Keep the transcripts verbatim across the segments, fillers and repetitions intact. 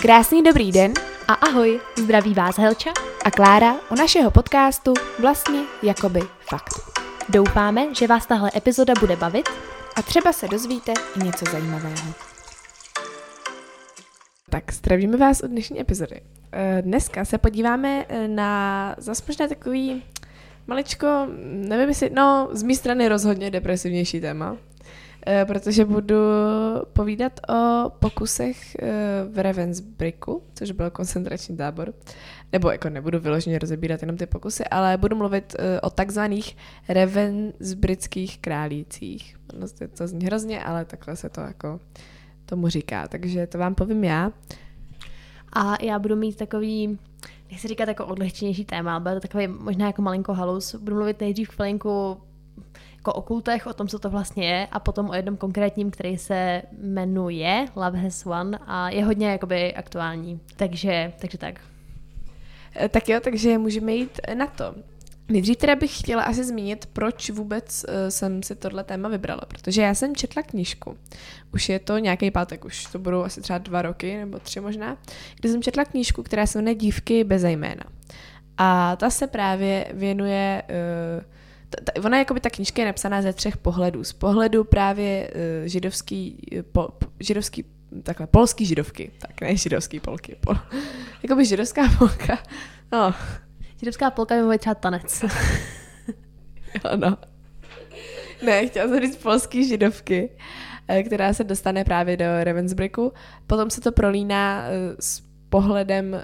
Krásný dobrý den a ahoj, zdraví vás Helča a Klára u našeho podcastu Vlastně jakoby fakt. Doufáme, že vás tahle epizoda bude bavit a třeba se dozvíte i něco zajímavého. Tak, zdravíme vás u dnešní epizody. Dneska se podíváme na zase možná takový maličko, nevím jestli, no z mé strany rozhodně depresivnější téma, protože budu povídat o pokusech v Ravensbrücku, což byl koncentrační tábor. Nebo jako nebudu vyloženě rozebírat jenom ty pokusy, ale budu mluvit o takzvaných ravensbrückských králících. No, to zní hrozně, ale takhle se to jako tomu říká. Takže to vám povím já. A já budu mít takový, nechci říkat jako odlehčenější téma, ale bude to takový možná jako malinko halus. Budu mluvit nejdřív chvilinku jako o kultech, o tom, co to vlastně je, a potom o jednom konkrétním, který se jmenuje Love Has Won a je hodně jakoby aktuální. Takže, takže tak. Tak jo, takže můžeme jít na to. Nejdřív teda bych chtěla asi zmínit, proč vůbec uh, jsem si tohle téma vybrala, protože já jsem četla knížku, už je to nějaký pátek, už to budou asi třeba dva roky, nebo tři možná, kdy jsem četla knížku, která se jmenuje Dívky beze jména. A ta se právě věnuje, uh, ta, ta, ona jakoby ta knížka je napsaná ze třech pohledů. Z pohledu právě uh, židovský, po, po, židovský, takhle, polský židovky, tak ne židovský polky, pol, jakoby židovská polka, no. Židovská polka by mohla třeba tanec. Ano. Ne, chtěla jsem říct polský židovky, která se dostane právě do Ravensbrücku. Potom se to prolíná s pohledem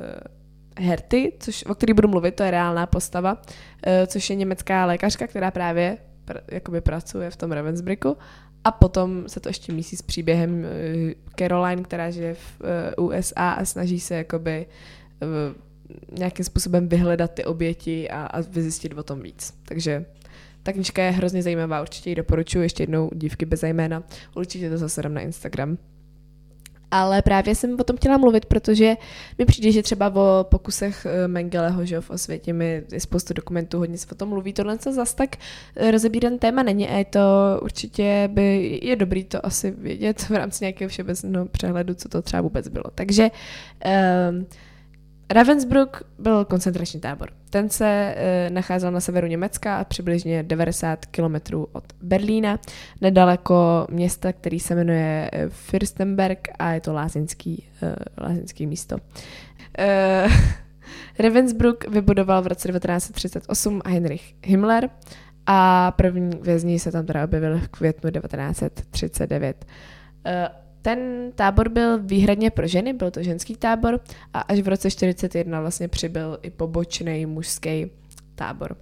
Herty, což, o který budu mluvit, to je reálná postava, což je německá lékařka, která právě pr- jakoby pracuje v tom Ravensbrücku. A potom se to ještě mísí s příběhem Caroline, která žije v U S A a snaží se jakoby nějakým způsobem vyhledat ty oběti a, a vyzjistit o tom víc. Takže ta knížka je hrozně zajímavá, určitě ji doporučuji, ještě jednou Dívky beze jména, určitě to zase dám na Instagram. Ale právě jsem o tom chtěla mluvit, protože mi přijde, že třeba o pokusech Mengeleho, že v Osvětě mi je spoustu dokumentů, hodně se o tom mluví, tohle co zas tak rozebíran téma není a je to určitě by, je dobrý to asi vědět v rámci nějakého všeobecného přehledu, co to třeba vůbec bylo. Takže um, Ravensbrück byl koncentrační tábor. Ten se e, nacházel na severu Německa a přibližně devadesát kilometrů od Berlína, nedaleko města, který se jmenuje Fürstenberg a je to lázeňský, e, lázeňský místo. E, Ravensbrück vybudoval v roce devatenáct set třicet osm Heinrich Himmler a první vězni se tam teda objevili v květnu devatenáct set třicet devět. E, Ten tábor byl výhradně pro ženy, byl to ženský tábor a až v roce čtyřicet jedna vlastně přibyl i pobočný mužský tábor.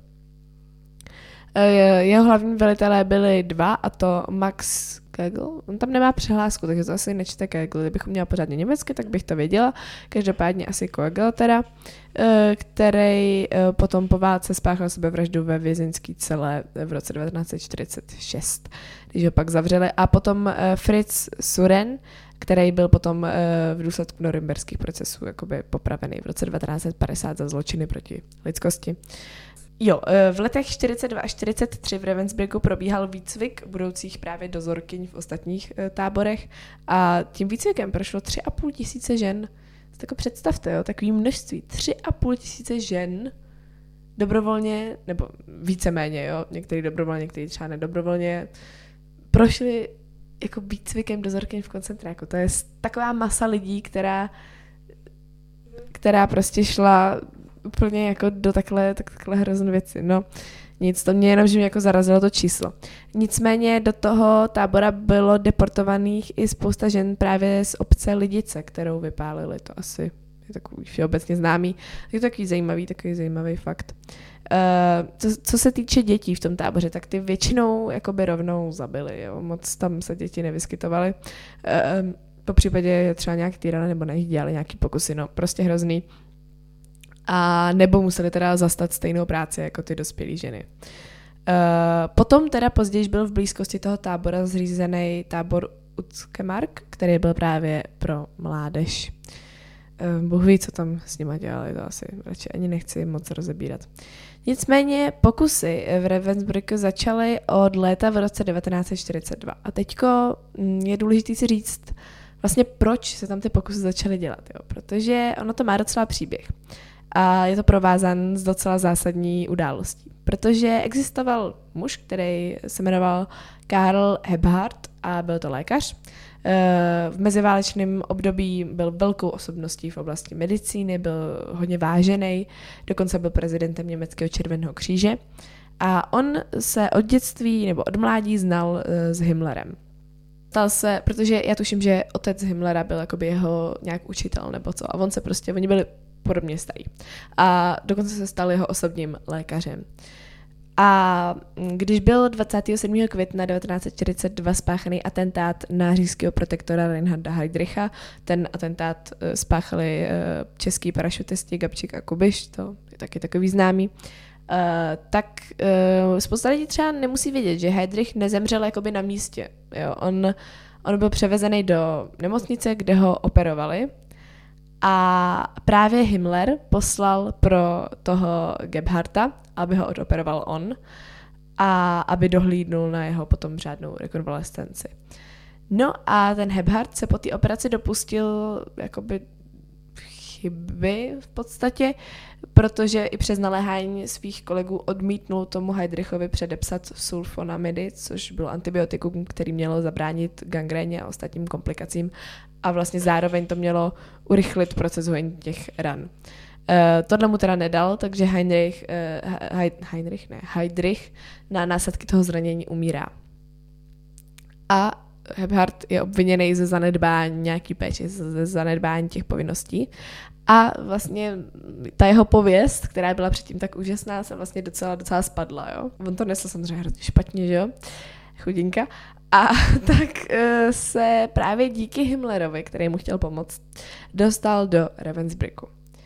Jeho hlavní velitelé byli dva, a to Max Kegel. On tam nemá přehlásku, takže to asi nečte Kegel. Kdybychom měla pořádně německy, tak bych to věděla. Každopádně asi Kegel teda, který potom po válce spáchal sebevraždu ve vězeňské cele v roce devatenáct set čtyřicet šest, když ho pak zavřeli. A potom Fritz Suren, který byl potom v důsledku norimberských procesů jakoby popravený v roce devatenáct set padesát za zločiny proti lidskosti. Jo, v letech čtyřicet dva až čtyřicet tři v Ravensbrücku probíhal výcvik budoucích právě dozorkyň v ostatních táborech a tím výcvikem prošlo tři a půl tisíce žen. Tak představte, jo, takový množství, tři a půl tisíce žen dobrovolně, nebo víceméně, jo, některý dobrovolně, některý třeba nedobrovolně, prošli jako výcvikem dozorkyň v koncentráku. To je taková masa lidí, která, která prostě šla úplně jako do takhle, tak, takhle hrozné věci. No nic, to mě jenom, že mě jako zarazilo to číslo. Nicméně do toho tábora bylo deportovaných i spousta žen právě z obce Lidice, kterou vypálili. To asi je takový všeobecně známý. Je to takový zajímavý, takový zajímavý fakt. Uh, co, co se týče dětí v tom táboře, tak ty většinou jakoby rovnou zabili. Jo? Moc tam se děti nevyskytovaly. Uh, po případě třeba nějak týrali nebo na nich dělali nějaký pokusy. No, prostě hrozný. A nebo museli teda zastat stejnou práci jako ty dospělé ženy. Uh, potom teda později byl v blízkosti toho tábora zřízený tábor Utzkemark, který byl právě pro mládež. Uh, Bůh ví, co tam s nima dělali, to asi radši ani nechci moc rozebírat. Nicméně pokusy v Ravensbrücku začaly od léta v roce devatenáct set čtyřicet dva. A teďko je důležité si říct, vlastně proč se tam ty pokusy začaly dělat, jo? Protože ono to má docela příběh. A je to provázan s docela zásadní událostí. Protože existoval muž, který se jmenoval Karl Ebhardt a byl to lékař. V meziválečném období byl velkou osobností v oblasti medicíny, byl hodně vážený, dokonce byl prezidentem německého Červeného kříže. A on se od dětství nebo od mládí znal s Himmlerem. Stal se, protože já tuším, že otec Himmlera byl jakoby jeho nějak učitel nebo co. A on se prostě, oni byli podobně starý. A dokonce se stal jeho osobním lékařem. A když byl dvacátého sedmého května devatenáct set čtyřicet dva spáchaný atentát na říšského protektora Reinharda Heydricha, ten atentát spáchali český parašutisti Gabčík a Kubiš, to je taky takový známý, Uh, tak uh, spousta lidí třeba nemusí vědět, že Heydrich nezemřel jakoby na místě. Jo, on, on byl převezený do nemocnice, kde ho operovali a právě Himmler poslal pro toho Gebhardta, aby ho odoperoval on a aby dohlídnul na jeho potom řádnou rekonvalescenci. No a ten Gebhardt se po té operaci dopustil jakoby chyby v podstatě, protože i přes naléhání svých kolegů odmítnul tomu Heydrichovi předepsat sulfonamidy, což bylo antibiotikum, který mělo zabránit gangréně a ostatním komplikacím a vlastně zároveň to mělo urychlit proces hojení těch ran. Uh, tohle mu teda nedal, takže Heinrich, uh, Heinrich, ne, Heydrich na následky toho zranění umírá. A Gebhardt je obviněný ze zanedbání nějaký péče, ze zanedbání těch povinností. A vlastně ta jeho pověst, která byla předtím tak úžasná, se vlastně docela, docela spadla, jo. On to nesl samozřejmě hrozně špatně, že jo, chudinka. A tak uh, se právě díky Himmlerovi, který mu chtěl pomoct, dostal do Ravensbrücku,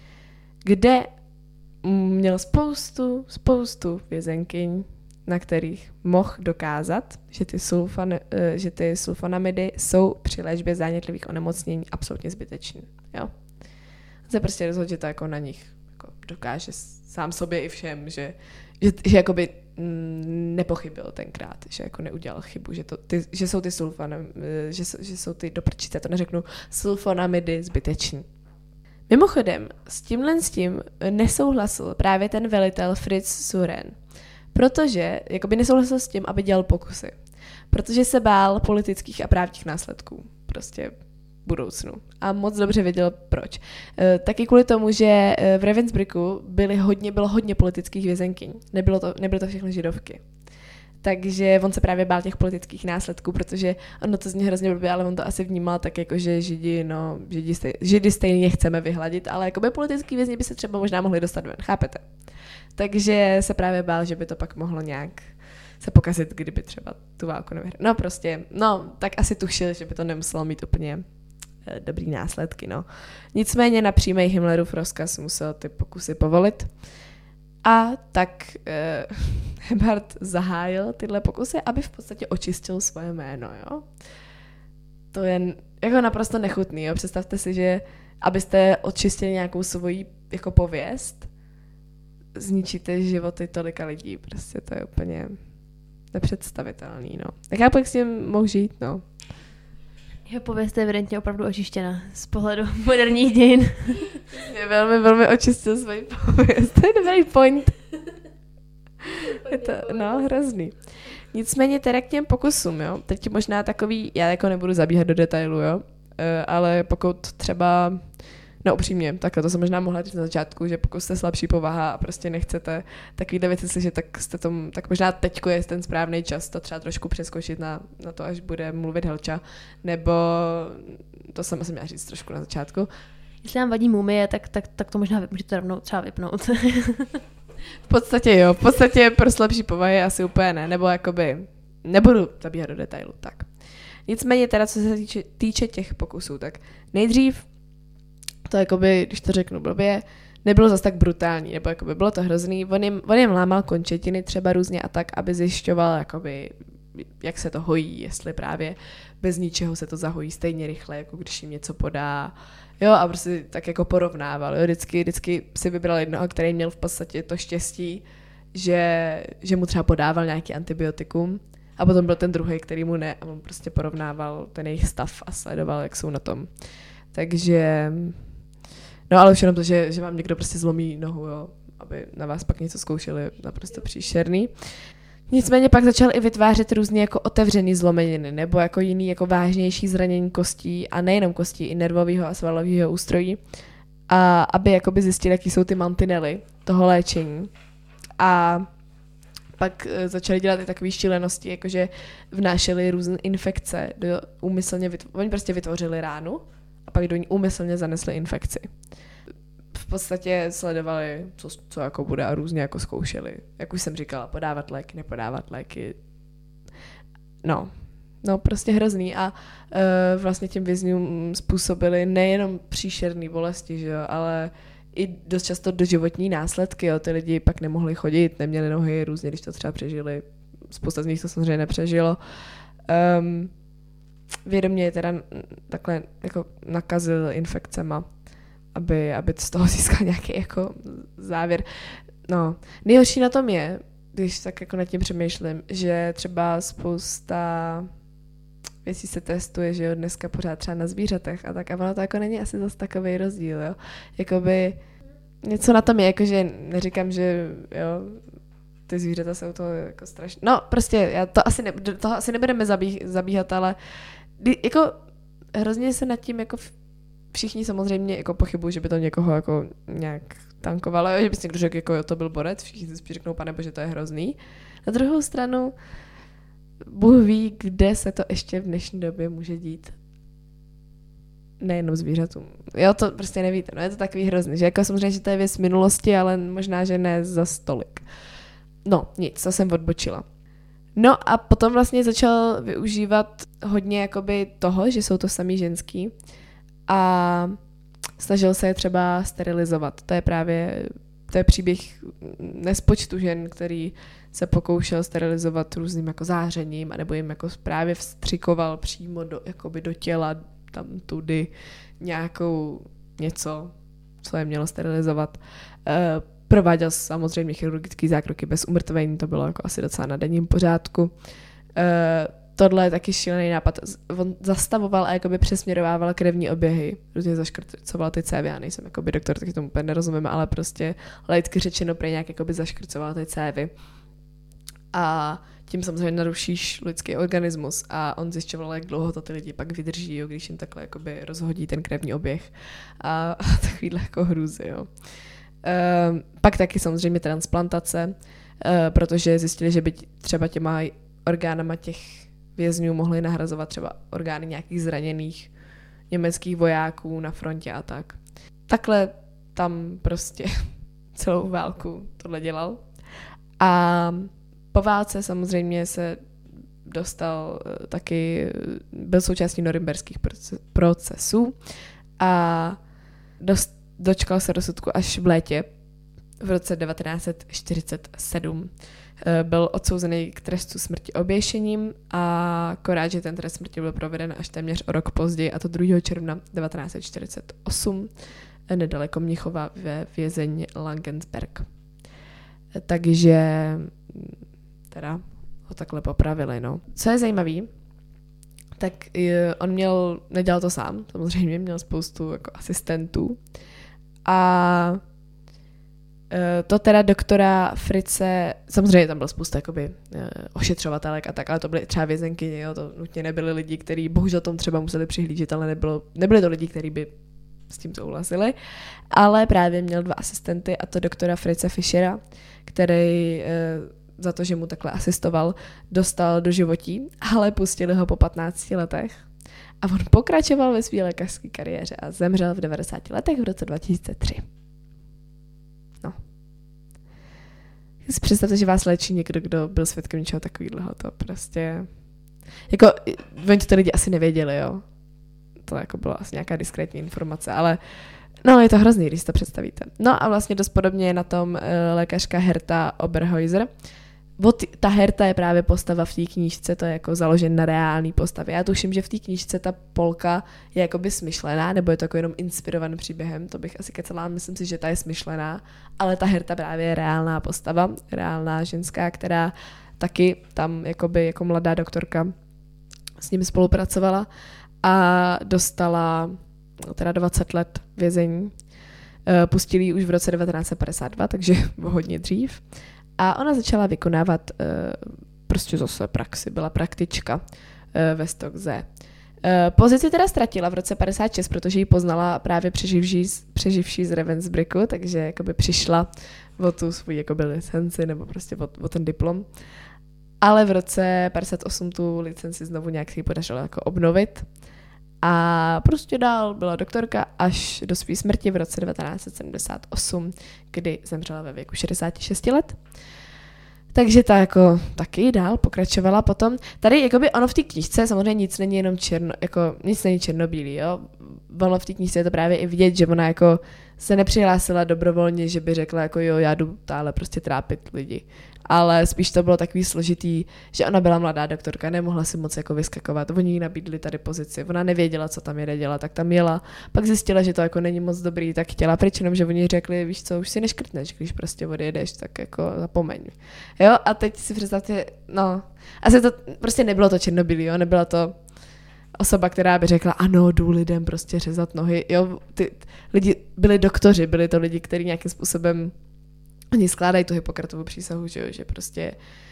kde měl spoustu, spoustu vězenkyň, na kterých mohl dokázat, že ty, sulfan, uh, že ty sulfonamidy jsou při léčbě zánětlivých onemocnění absolutně zbytečné, jo. Se prostě rozhodl, že to jako na nich jako dokáže sám sobě i všem, že, že, že jakoby nepochybil tenkrát, že jako neudělal chybu, že, to, ty, že jsou ty sulfonamidy, že, že jsou ty, doprčíte, to neřeknu, sulfonamidy zbyteční. Mimochodem, s tímhle s tím nesouhlasil právě ten velitel Fritz Suren, protože jakoby nesouhlasil s tím, aby dělal pokusy, protože se bál politických a právních následků. Prostě budoucnu. A moc dobře věděl, proč. E, taky kvůli tomu, že v Ravensbrücku byly hodně, bylo hodně politických vězenkyň. Nebylo to, nebyly to všechny židovky. Takže on se právě bál těch politických následků, protože ono to zní hrozně blbě, ale on to asi vnímal tak jako, že židi, no, židi, stej, židi stejně chceme vyhladit, ale jakoby politický vězni by se třeba možná mohli dostat ven, chápete? Takže se právě bál, že by to pak mohlo nějak se pokazit, kdyby třeba tu válku nevyhrál. No prostě, no, tak asi tušil, že by to nemuselo mít úplně dobrý následky, no. Nicméně na přímý Himmlerův rozkaz musel ty pokusy povolit. A tak eh, Gebhardt zahájil tyhle pokusy, aby v podstatě očistil svoje jméno, jo. To je jako naprosto nechutný, jo. Představte si, že abyste očistili nějakou svoji jako pověst, zničíte životy tolika lidí, prostě to je úplně nepředstavitelný, no. Tak já pak s tím mohu žít, no. Jeho pověst je evidentně opravdu očištěna z pohledu moderních dějin. Je velmi, velmi očistil svoji pověst. To je dobrý point. Je to, no, hrozný. Nicméně teda k těm pokusům, jo. Teď možná takový, já jako nebudu zabíhat do detailu, jo. Ale pokud třeba, no upřímně, takhle to jsem možná mohla říct na začátku, že pokud jste slabší povaha a prostě nechcete takovýhle věci slyšet, tak jste tom, tak možná teďko je ten správný čas to třeba trošku přeskočit na, na to, až bude mluvit Helča, nebo to jsem asi měla říct trošku na začátku. Jestli nám vadí mumie, tak, tak, tak to možná můžete rovnou třeba vypnout. V podstatě jo, v podstatě pro slabší povahy asi úplně ne, nebo jakoby nebudu zabíhat do detailu, tak. Nicméně teda, co se týče, týče těch pokusů, tak nejdřív to jakoby, když to řeknu blbě, nebylo zas tak brutální, nebo jakoby bylo to hrozný. On jim, on jim lámal končetiny třeba různě a tak, aby zjišťoval, jakoby, jak se to hojí, jestli právě bez ničeho se to zahojí stejně rychle, jako když jim něco podá. Jo, a prostě tak jako porovnával. Jo. Vždycky, vždycky si vybral jednoho, který měl v podstatě to štěstí, že, že mu třeba podával nějaký antibiotikum A potom byl ten druhý, který mu ne a on prostě porovnával ten jejich stav a sledoval, jak jsou na tom. Takže, no ale už jenom to, že, že vám někdo prostě zlomí nohu, jo, aby na vás pak něco zkoušeli, naprosto příšerný. Nicméně pak začal i vytvářet různě jako otevřený zlomeniny nebo jako jiný jako vážnější zranění kostí a nejenom kostí, i nervového a svalového ústrojí. A aby jakoby zjistil, jaký jsou ty mantinely toho léčení. A pak e, začali dělat i takové šílenosti, jakože vnášeli různé infekce do úmyslně, vytvo- oni prostě vytvořili ránu a pak do ní úmyslně zanesli infekci. V podstatě sledovali, co, co jako bude a různě jako zkoušeli. Jak už jsem říkala, podávat léky, nepodávat léky. No, no prostě hrozný a e, vlastně těm vězňům způsobili nejenom příšerné bolesti, že jo, ale i dost často doživotní následky, jo. Ty lidi pak nemohli chodit, neměli nohy, různě, když to třeba přežili. Spousta z nich to samozřejmě nepřežilo. Um, vědomě je teda takhle jako nakazil infekcema, aby, aby z toho získal nějaký jako závěr. No, nejhorší na tom je, když tak jako nad tím přemýšlím, že třeba spousta věcí se testuje, že jo, dneska pořád třeba na zvířatech a tak a ono to jako není asi zase takovej rozdíl, jo. Jakoby něco na tom je, jakože neříkám, že jo, ty zvířata jsou to jako strašně, no prostě, já to asi, ne, toho asi nebudeme zabí, zabíhat, ale jako hrozně se nad tím jako všichni samozřejmě jako pochybují, že by to někoho jako nějak tankovalo, jo, že by si někdo řekl, jako jo, to byl borec, všichni si spíš řeknou, pane bože, to je hrozný. Na druhou stranu Bůh ví, kde se to ještě v dnešní době může dít. Nejenom zvířatům. Jo, to prostě nevíte, no je to takový hrozný, že jako samozřejmě, že to je věc minulosti, ale možná, že ne za stolik. No, nic, to jsem odbočila. No a potom vlastně začal využívat hodně jakoby toho, že jsou to samý ženský a snažil se je třeba sterilizovat. To je právě, to je příběh nespočtu žen, který se pokoušel sterilizovat různým jako zářením, anebo jim jako právě vstřikoval přímo do, jakoby do těla, tam tudy nějakou něco, co je mělo sterilizovat. E, prováděl samozřejmě chirurgické zákroky bez umrtvení, to bylo jako asi docela na denním pořádku. E, tohle je taky šílený nápad. On zastavoval a jakoby přesměrovával krevní oběhy. Různě zaškrcoval ty cévy. Já nejsem jakoby doktor, taky tomu úplně nerozumím, ale prostě laicky řečeno prý nějak jakoby zaškrcoval ty cévy. A tím samozřejmě narušíš lidský organismus a on zjišťoval, jak dlouho to ty lidi pak vydrží, jo, když jim takhle jakoby rozhodí ten krevní oběh a, a takovýhle jako hrůzy. Jo. E, pak taky samozřejmě transplantace, e, protože zjistili, že by třeba těma orgánama těch vězňů mohli nahrazovat třeba orgány nějakých zraněných německých vojáků na frontě a tak. Takhle tam prostě celou válku tohle dělal. A po válce samozřejmě se dostal taky, byl součástí norimberských procesů a dost, dočkal se rozsudku až v létě v roce devatenáct set čtyřicet sedm. Byl odsouzený k trestu smrti oběšením a akorát, že ten trest smrti byl proveden až téměř o rok později, a to druhého června devatenáct set čtyřicet osm nedaleko Mnichova ve vězení Langensberg. Takže teda ho takhle popravili, no. Co je zajímavý, tak on měl, nedělal to sám, samozřejmě měl spoustu jako asistentů a to teda doktora Fritze, samozřejmě tam byla spousta jakoby ošetřovatelek a tak, ale to byly třeba vězenkyně, jo, to nutně nebyli lidi, kteří bohužel tomu třeba museli přihlížet, ale nebylo, nebyli to lidi, kteří by s tím souhlasili, ale právě měl dva asistenty, a to doktora Fritze Fischera, který za to, že mu takhle asistoval, dostal do životí, ale pustili ho po patnácti letech. A on pokračoval ve své lékařské kariéře a zemřel v devadesáti letech v roce dva tisíce tři. No. Si představte, že vás léčí někdo, kdo byl svědkem něčeho takového. To prostě... Jako, oni to ty lidi asi nevěděli, jo. To jako byla asi nějaká diskrétní informace, ale no, je to hrozný, když si to představíte. No a vlastně dost podobně je na tom e, lékařka Herta Oberhäuser. Ta Herta je právě postava v té knížce, to je jako založen na reální postavě. Já tuším, že v té knížce ta Polka je jakoby smyšlená, nebo je to jako jenom inspirovaný příběhem, to bych asi kecala, myslím si, že ta je smyšlená, ale ta Herta právě je reálná postava, reálná ženská, která taky tam jakoby jako mladá doktorka s ním spolupracovala a dostala teda dvacet let vězení. Pustili ji už v roce devatenáct set padesát dva, takže hodně dřív. A ona začala vykonávat uh, prostě zase praxi, byla praktička uh, ve Stockze. Uh, pozici teda ztratila v roce padesát šest, protože ji poznala právě přeživší, přeživší z Ravensbrücku, takže jakoby přišla o tu svůj jakoby licenci nebo prostě o, o ten diplom. Ale v roce padesát osm tu licenci znovu nějak si ji podařilo jako obnovit. A prostě dál byla doktorka až do své smrti v roce devatenáct set sedmdesát osm, kdy zemřela ve věku šedesát šest let. Takže ta jako taky dál pokračovala potom. Tady jakoby ono v té knížce samozřejmě nic není jenom černo, jako nic není černobílý, jo. Ono v té knížce je to právě i vidět, že ona jako se nepřihlásila dobrovolně, že by řekla jako jo, já jdu táhle prostě trápit lidi. Ale spíš to bylo takový složitý, že ona byla mladá doktorka, nemohla si moc jako vyskakovat. Oni jí nabídli tady pozici, ona nevěděla, co tam jede dělat, tak tam jela. Pak zjistila, že to jako není moc dobrý, tak chtěla pryč, jenom že oni řekli, víš co, už si neškrtneš, když prostě odjedeš, tak jako zapomeň. Jo, a teď si představte, no, asi to prostě nebylo to černobílý, jo, nebyla to osoba, která by řekla, ano, jdu lidem prostě řezat nohy, jo, ty lidi byli doktoři, byli to lidi, kteří nějakým způsobem oni skládají tu Hippokratovu přísahu, že, jo, že prostě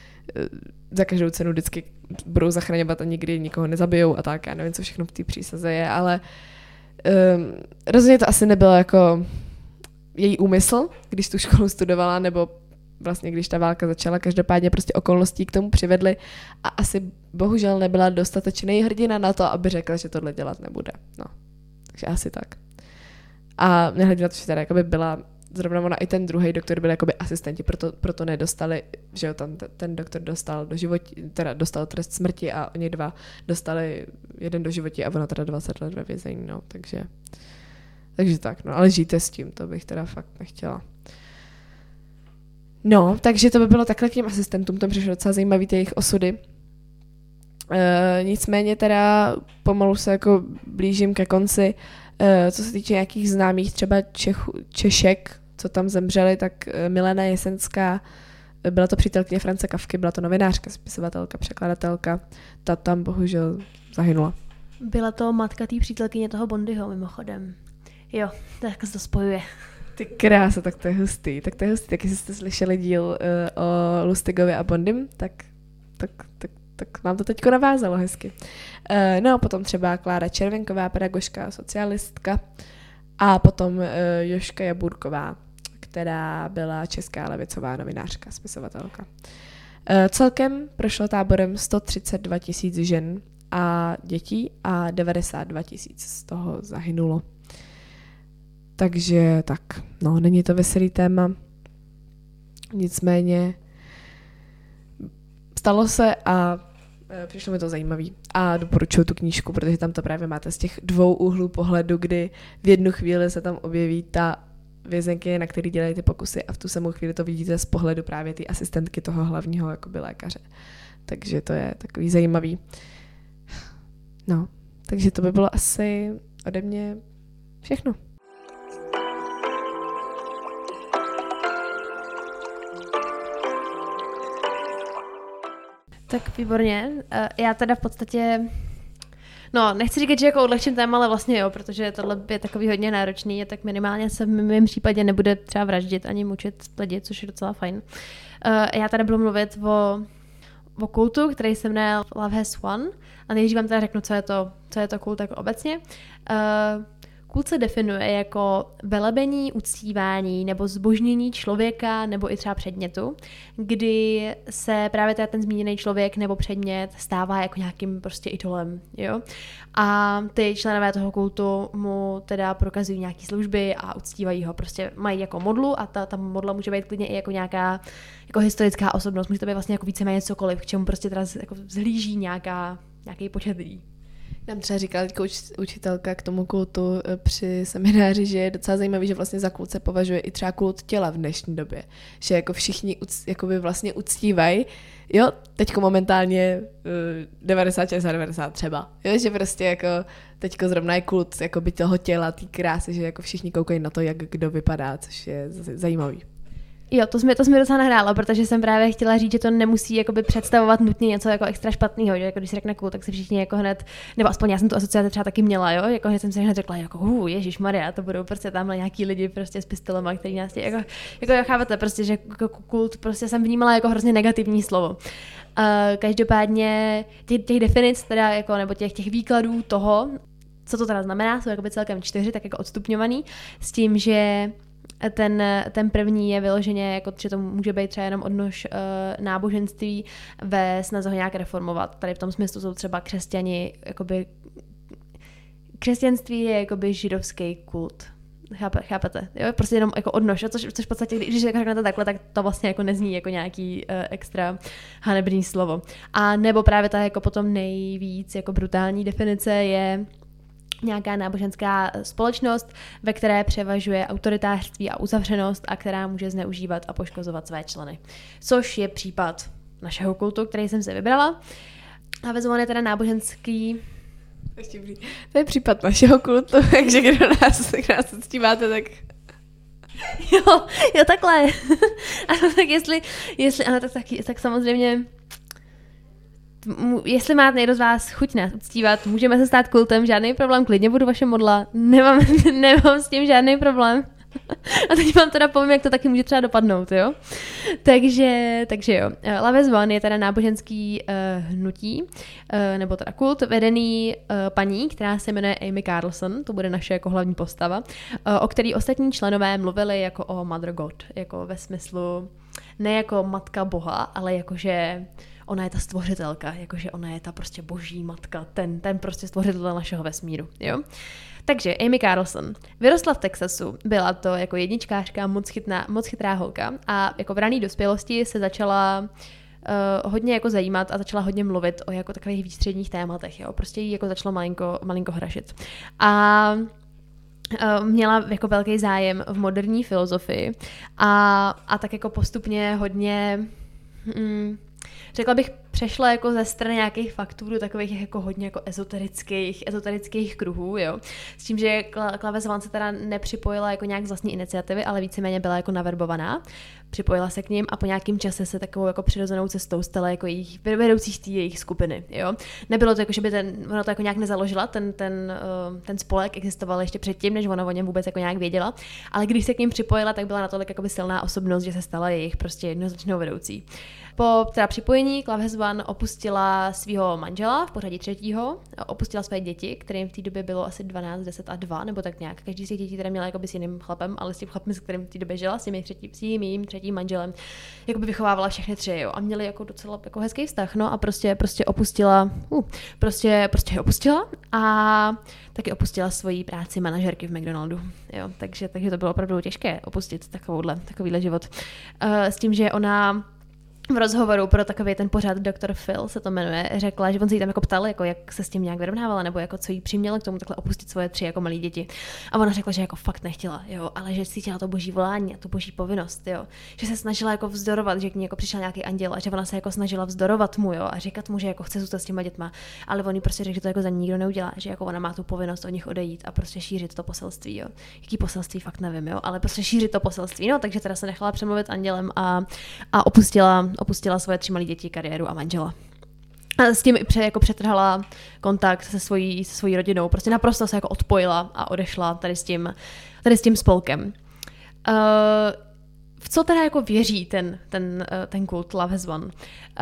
za každou cenu vždycky budou zachraňovat a nikdy nikoho nezabijou a tak. Já nevím, co všechno v té přísaze je, ale um, rozhodně to asi nebylo jako její úmysl, když tu školu studovala, nebo vlastně když ta válka začala, každopádně prostě okolností k tomu přivedly a asi bohužel nebyla dostatečný hrdina na to, aby řekla, že tohle dělat nebude. No, takže asi tak. A nehledě na to, že teda jakoby byla zrovna ona i ten druhý doktor byl jakoby asistenti, proto, proto nedostali, že jo, tam ten doktor dostal do životí, teda dostal trest smrti a oni dva dostali jeden do životí a ona teda dvacet let ve vězení, no, takže takže tak, no, ale žijte s tím, to bych teda fakt nechtěla. No, takže to by bylo takhle k těm asistentům, to přišlo docela zajímavý ty jejich osudy. E, nicméně teda pomalu se jako blížím ke konci. E, co se týče nějakých známých třeba Čechu, Češek, co tam zemřeli, tak Milena Jesenská, byla to přítelkyně France Kafky, byla to novinářka, spisovatelka, překladatelka, ta tam bohužel zahynula. Byla to matka té přítelkyně toho Bondyho, mimochodem. Jo, tak se to spojuje. Ty krása, tak to je hustý, tak to je hustý, tak jestli jste slyšeli díl uh, o Lustigovi a Bondym, tak, tak, tak, tak nám to teďko navázalo hezky. Uh, no a potom třeba Klára Červenková, pedagožka, socialistka a potom uh, Jožka Jaburková, která byla česká levicová novinářka, spisovatelka. Uh, celkem prošlo táborem sto třicet dva tisíc žen a dětí a devadesát dva tisíc z toho zahynulo. Takže tak, no, není to veselý téma, nicméně stalo se a e, přišlo mi to zajímavý a doporučuji tu knížku, protože tam to právě máte z těch dvou úhlů pohledu, kdy v jednu chvíli se tam objeví ta vězenkyně, na který dělají ty pokusy a v tu samou chvíli to vidíte z pohledu právě ty asistentky toho hlavního jakoby lékaře. Takže to je takový zajímavý. No, takže to by bylo asi ode mě všechno. Tak výborně. Já teda v podstatě, no nechci říkat, že jako odlehčím téma, ale vlastně jo, protože tohle je takový hodně náročný, a tak minimálně se v mém případě nebude třeba vraždit ani mučit lidi, což je docela fajn. Já tady budu mluvit o, o kultu, který se jmenuje Love Has Won, a nejdřív vám teda řeknu, co je to, co je to kult jako obecně. Kult se definuje jako velebení, uctívání nebo zbožnění člověka nebo i třeba předmětu, kdy se právě teda ten zmíněný člověk nebo předmět stává jako nějakým prostě idolem, jo. A ty členové toho kultu mu teda prokazují nějaký služby a uctívají ho, prostě mají jako modlu a ta, ta modla může být klidně i jako nějaká jako historická osobnost, může to být vlastně jako víceméně cokoliv, k čemu prostě teda jako vzhlíží nějaká, nějaký počet lidí. Nám třeba říkala teďka uč, učitelka k tomu kultu při semináři, že je docela zajímavý, že vlastně za kult se považuje i třeba kult těla v dnešní době. Že jako všichni uc, jakoby vlastně uctívají, jo, teďko momentálně uh, devadesát šest a devadesát třeba, jo, že prostě jako teďko zrovna je kult jakoby toho těla, té krásy, že jako všichni koukají na to, jak kdo vypadá, což je z- zajímavý. Jo, to jsme, to jsme docela nahrála, protože jsem právě chtěla říct, že to nemusí jakoby představovat nutně něco jako extra špatného, že jako když se řekne kult, tak se všichni jako hned, nebo aspoň já jsem tu asociaci třeba taky měla, jo, jako hned jsem si hned řekla, jako uh, ježišmarja, to budou prostě tamhle nějaký lidi prostě s pistolema, který nás tě, jako, jako chápete, prostě, že jako kult prostě jsem vnímala jako hrozně negativní slovo. Uh, každopádně těch, těch definic teda jako, nebo těch, těch výkladů toho, co to teda znamená, jsou jakoby celkem čtyři, tak jako odstupňovaný, s tím, že ten, ten první je vyloženě, jako, že to může být třeba jenom odnož uh, náboženství ve snaze ho nějak reformovat. Tady v tom smyslu jsou třeba křesťani, jakoby, křesťanství je jakoby židovský kult. Chápe, chápete? Jo? Prostě jenom jako odnož, což, což v podstatě, když řeknete takhle, tak to vlastně jako nezní jako nějaký uh, extra hanebný slovo. A nebo právě ta jako potom nejvíc jako brutální definice je nějaká náboženská společnost, ve které převažuje autoritářství a uzavřenost a která může zneužívat a poškozovat své členy. Což je případ našeho kultu, který jsem si vybrala. A vezmu je teda náboženský... To je případ našeho kultu, takže kdo nás, kdo nás uctíváte, tak... Jo, jo, takhle. Ano, tak jestli, jestli ano, tak, tak, tak samozřejmě... Jestli máte někdo z vás chuť nás uctívat, můžeme se stát kultem, žádný problém, klidně budu vaše modla, nemám, nemám s tím žádný problém. A teď vám teda povím, jak to taky může třeba dopadnout, jo. Takže, takže jo. Love as One je teda náboženský uh, hnutí, uh, nebo teda kult, vedený uh, paní, která se jmenuje Amy Carlson, to bude naše jako hlavní postava, uh, o který ostatní členové mluvili jako o Mother God, jako ve smyslu, ne jako matka Boha, ale jakože ona je ta stvořitelka, jakože ona je ta prostě boží matka, ten, ten prostě stvořitel našeho vesmíru, jo. Takže Amy Carlson vyrostla v Texasu, byla to jako jedničkářka, moc, chytná, moc chytrá holka a jako v rané dospělosti se začala uh, hodně jako zajímat a začala hodně mluvit o jako takových výstředních tématech, jo. Prostě jí jako začalo malinko, malinko hrašit. A uh, měla jako velký zájem v moderní filozofii a, a tak jako postupně hodně... Mm, řekla bych, přešla jako ze strany nějakých faktů do takových jako hodně jako ezoterických, ezoterických kruhů, jo. S tím, že Love as One se teda nepřipojila jako nějak z vlastní iniciativy, ale víceméně byla jako naverbovaná. Připojila se k ním a po nějakém čase se takovou jako přirozenou cestou stala jako jejich vedoucích té jejich skupiny, jo. Nebylo to jako, že by ten, ona to jako nějak nezaložila, ten, ten, ten spolek existoval ještě předtím, než ona o něm vůbec jako nějak věděla, ale když se k ním připojila, tak byla natolik jakoby silná osobnost, že se stala jejich prostě jednoznačnou vedoucí. Po teda připojení Love as One opustila svého manžela v pořadí třetího, opustila své děti, kterým v té době bylo asi dvanáct, deset a dva, nebo tak nějak. Každý z těch dětí teda měla jakoby s jiným chlapem, ale s tím chlapem, s kterým v té době žila, s tím třetím, s jejím třetím manželem, jakoby vychovávala všechny tři, jo, a měli jako docela jako hezký vztah, no a prostě prostě opustila, uh, prostě prostě opustila a taky opustila svoji práci manažerky v McDonaldu, jo, takže takže to bylo opravdu těžké opustit takovouhle takovýhle život. Uh, s tím, že ona v rozhovoru pro takový ten pořad doktor Phil se to jmenuje, řekla, že on se jí tam jako ptal, jako jak se s tím nějak vyrovnávala, nebo jako co jí přimělo k tomu takhle opustit svoje tři jako malé děti. A ona řekla, že jako fakt nechtěla, jo, ale že cítila to boží volání a tu boží povinnost, jo. Že se snažila jako vzdorovat, že k ní jako přišel nějaký anděl a že ona se jako snažila vzdorovat mu, jo, a říkat mu, že jako chce zůstat s těma dětma, ale on jí prostě řekl, že to jako za ní nikdo neudělá, že jako ona má tu povinnost od nich odejít a prostě šířit to poselství, jo. Jaký poselství, fakt nevím, jo, ale prostě šířit to poselství. No, takže teda se nechala přemluvit andělem a a opustila opustila svoje tři malé děti, kariéru a manžela. A s tím pře, jako přetrhala kontakt se svojí, se svojí rodinou. Prostě naprosto se jako odpojila a odešla tady s tím, tady s tím spolkem. Uh, v co teda jako věří ten, ten, uh, ten kult Love as One? Uh,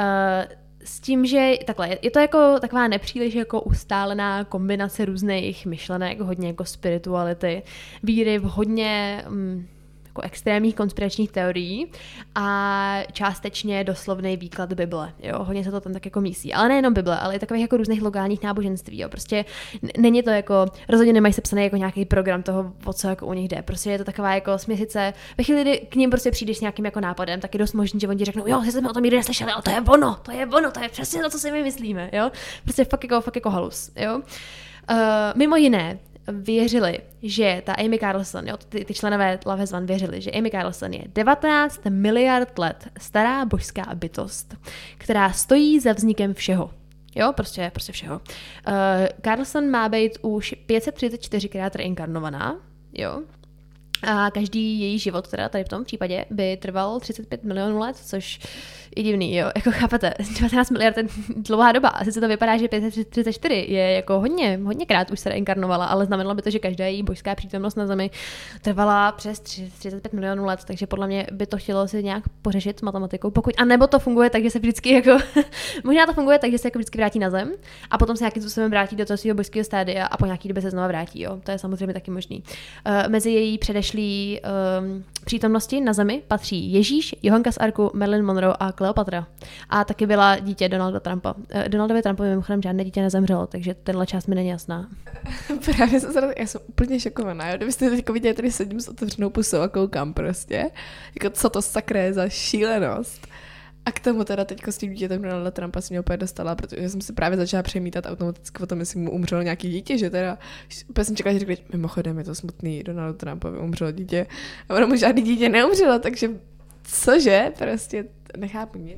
s tím, že takhle, je to jako taková nepříliš jako ustálená kombinace různých myšlenek, hodně jako spirituality, víry v hodně... Um, jako extrémních konspiračních teorií a částečně doslovný výklad Bible. Jo, hodně se to tam tak jako mísí. Ale nejenom Bible, ale i takových jako různých logálních náboženství. Jo. Prostě není to jako, rozhodně nemají sepsaný jako nějaký program toho, o co jako u nich jde. Prostě je to taková jako směsice. Ve chvíli, kdy k ním prostě přijdeš s nějakým jako nápadem, tak je dost možný, že oni ti řeknou, jo, jsme o tom nikdy neslyšeli, ale to je ono, to je ono, to je přesně to, co si my myslíme. Jo. Prostě fakt jako, fakt jako halus. Jo. Uh, mimo jiné, věřili, že ta Amy Carlson, jo, ty, ty členové Love as One věřili, že Amy Carlson je devatenáct miliard let stará božská bytost, která stojí za vznikem všeho. Jo, prostě, prostě všeho. Uh, Carlson má být už pět set třicet čtyřikrát reinkarnovaná, jo. A každý její život, teda tady v tom případě, by trval třicet pět milionů let, což je divný, jo. Jako chápete, devatenáct miliard je dlouhá doba. A sice to vypadá, že pět set třicet čtyři je jako hodně, hodněkrát už se reinkarnovala, ale znamenalo by to, že každá její božská přítomnost na Zemi trvala přes třicet pět milionů let, takže podle mě by to chtělo si nějak pořešit s matematikou. Pokud, a nebo to funguje tak, že se vždycky jako, možná to funguje tak, že se jako vždycky vrátí na Zem a potom se nějakým způsobem vrátí do toho svého božského stádia a po nějaký době se znova vrátí, jo. To je samozřejmě taky možný. Uh, mezi její předešlý um, přítomnosti na Zemi patří Ježíš, Johanka z Arku, Marilyn Monroe a Kleopatra. A taky byla dítě Donalda Trumpa. Uh, Donaldovi Trumpovi mimochodem žádné dítě nezemřelo, takže tenhle část mi není jasná. Právě jsem se, já jsem úplně šokovaná, jo. Kdybyste teď viděli, tady sedím s otevřenou pusou a koukám prostě. Jako co to sakra je za šílenost. A k tomu teda teďko s tím dítětem Donalda Trumpa si mě úplně dostala, protože jsem si právě začala přemítat automaticky o tom, jestli mu umřelo nějaký dítě, že teda úplně jsem čekala, že řekli, mimochodem je to smutný, Donaldu Trumpovi umřelo dítě a ono mu žádný dítě neumřelo, takže cože, prostě nechápu nic.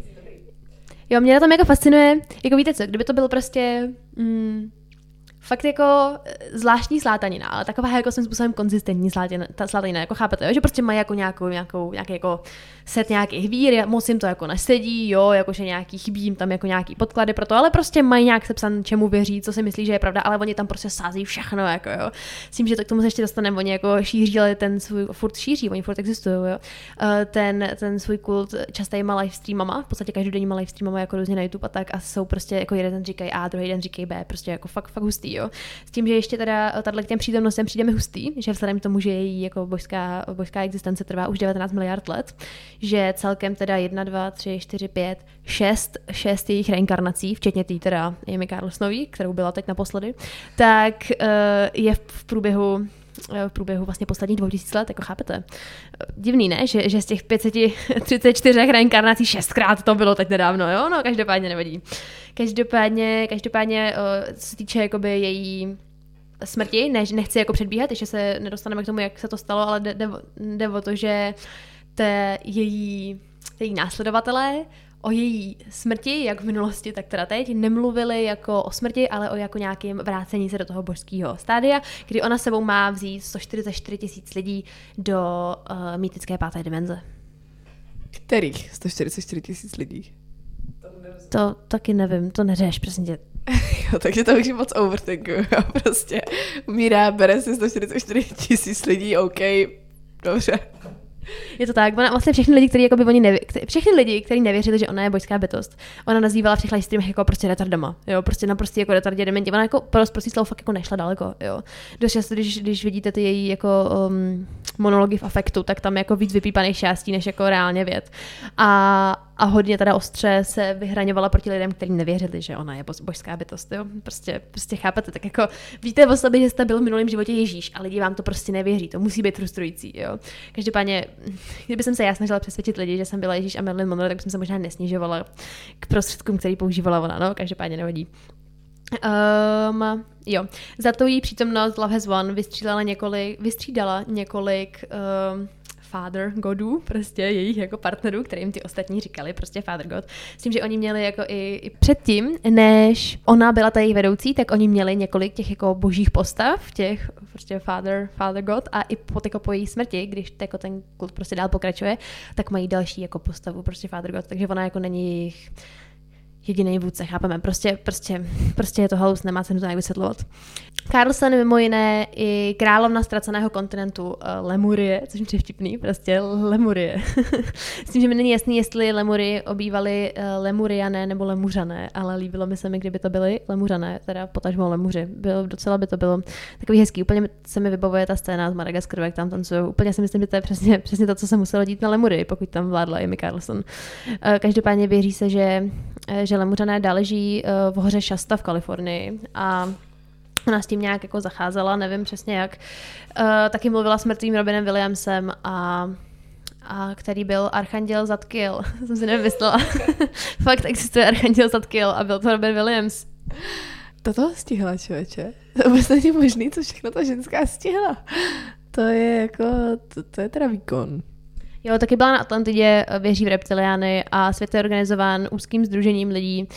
Jo, mě na tom jako fascinuje, jako víte co, kdyby to bylo prostě... Mm, fakt jako zvláštní slátanina, ale taková jako svým způsobem konzistentní slátanina, ta slátanina, jako chápete, jo? Že prostě mají jako nějakou, nějakou, nějaký jako set nějakých vír, moc jim to jako nesedí, jo, jakože nějaký chybí jim tam jako nějaký podklady pro to, ale prostě mají nějak sepsan, čemu věří, co si myslí, že je pravda, ale oni tam prostě sází všechno, jako jo. S tím, že to k tomu se ještě dostaneme, oni jako šířili ten svůj, furt šíří, oni furt existují, jo. Ten, ten svůj kult častýma livestreamama, v podstatě každodenníma livestreamama jako různě na YouTube a tak a jsou prostě jako jeden den říkají A, druhý den říkají B, prostě jako fakt, fakt hustý. Jo. S tím, že ještě teda tato k těm přítomnostem přijde mi hustý, že vzhledem k tomu, že její jako božská, božská existence trvá už devatenáct miliard let, že celkem teda jedna, dva, tři, čtyři, pět, šest, šest jejich reinkarnací, včetně té teda Amy Carlsonový, kterou byla teď naposledy, tak uh, je v průběhu v průběhu vlastně posledních dvou tisíc let, jako chápete. Divný, ne? Že, že z těch pět set třicet čtyři reinkarnací šestkrát to bylo teď nedávno, jo? No, každopádně nevadí. Každopádně, každopádně co se týče jakoby její smrti, ne, nechci jako předbíhat, ještě se nedostaneme k tomu, jak se to stalo, ale jde, jde o to, že té její, její následovatelé o její smrti, jak v minulosti, tak teda teď, nemluvili jako o smrti, ale o jako nějakým vrácení se do toho božského stádia, kdy ona sebou má vzít sto čtyřicet čtyři tisíc lidí do uh, mýtické páté dimenze. Kterých sto čtyřicet čtyři tisíc lidí? To taky nevím, to neřeš, přesně tě. Jo, takže to už je moc overthinkuju, jo, prostě umírá, bere si sto čtyřicet čtyři tisíc lidí, OK, dobře. Je to tak, ona vlastně všechny lidi, kteří jako by oni neví, všechny lidi, kteří nevěřili, že ona je božská bytost, ona nazývala v těch livestreamech jako prostě retardama, jo, prostě naprosto jako retardě dementi, ona jako prostě prostě slovo fakt jako nešla daleko, jo. Dost často, když, když vidíte ty její jako um, monology v afektu, tak tam jako víc vypípaných šťastí, než jako reálně věd. A a hodně teda ostře se vyhraňovala proti lidem, kteří nevěřili, že ona je božská bytost, jo. Prostě, prostě chápete, tak jako víte o sobě, že jste byl v minulém životě Ježíš a lidi vám to prostě nevěří, to musí být frustrující, jo. Každopádně, kdyby jsem se já snažila přesvědčit lidi, že jsem byla Ježíš a Marilyn Monroe, tak jsem se možná nesnižovala k prostředkům, který používala ona, no, každopádně nevadí. Um, jo, za to jí přítomnost Love Has Won vystřídala několik, vystřídala několik um, Father Godů, prostě jejich jako partnerů, kterým ty ostatní říkali, prostě Father God. S tím, že oni měli jako i, i předtím, než ona byla ta jejich vedoucí, tak oni měli několik těch jako božích postav, těch prostě Father, Father God a i po, jako po její smrti, když jako ten kult prostě dál pokračuje, tak mají další jako postavu, prostě Father God, takže ona jako není jejich jediný vůdce, chápeme, prostě, prostě, prostě je to halus, nemá cenu to nějak vysvětlovat. Carlson mimo jiné i královna ztraceného kontinentu uh, Lemurie, což mi je vtipný, prostě Lemurie. S tím, že mi není jasný, jestli Lemury obývali uh, Lemuriané nebo Lemuřané, ale líbilo mi se mi, kdyby to byly Lemuřané, teda potažmo Lemuři. Bylo, docela by to bylo takový hezký, úplně se mi vybavuje ta scéna z Madagaskaru, jak tam tancují. Úplně si myslím, že to je přesně, přesně to, co se muselo dít na Lemurii, pokud tam vládla Amy Carlson. Uh, každopádně věří se, že, že Lemuřané dále žijí uh, v hoře Shasta v Kalifornii a ona s tím nějak jako zacházela, nevím přesně jak. Uh, taky mluvila s mrtvým Robinem Williamsem, a, a který byl Archanděl Zadkiel. Jsem si nevymyslela. Fakt existuje Archanděl Zadkiel a byl to Robin Williams. To toho stihla, člověče. To vůbec není možný, co všechno ta ženská stihla. To je jako, to, to je teda výkon. Jo, taky byla na Atlantidě, věří v reptiliány a svět je organizován úzkým sdružením lidí,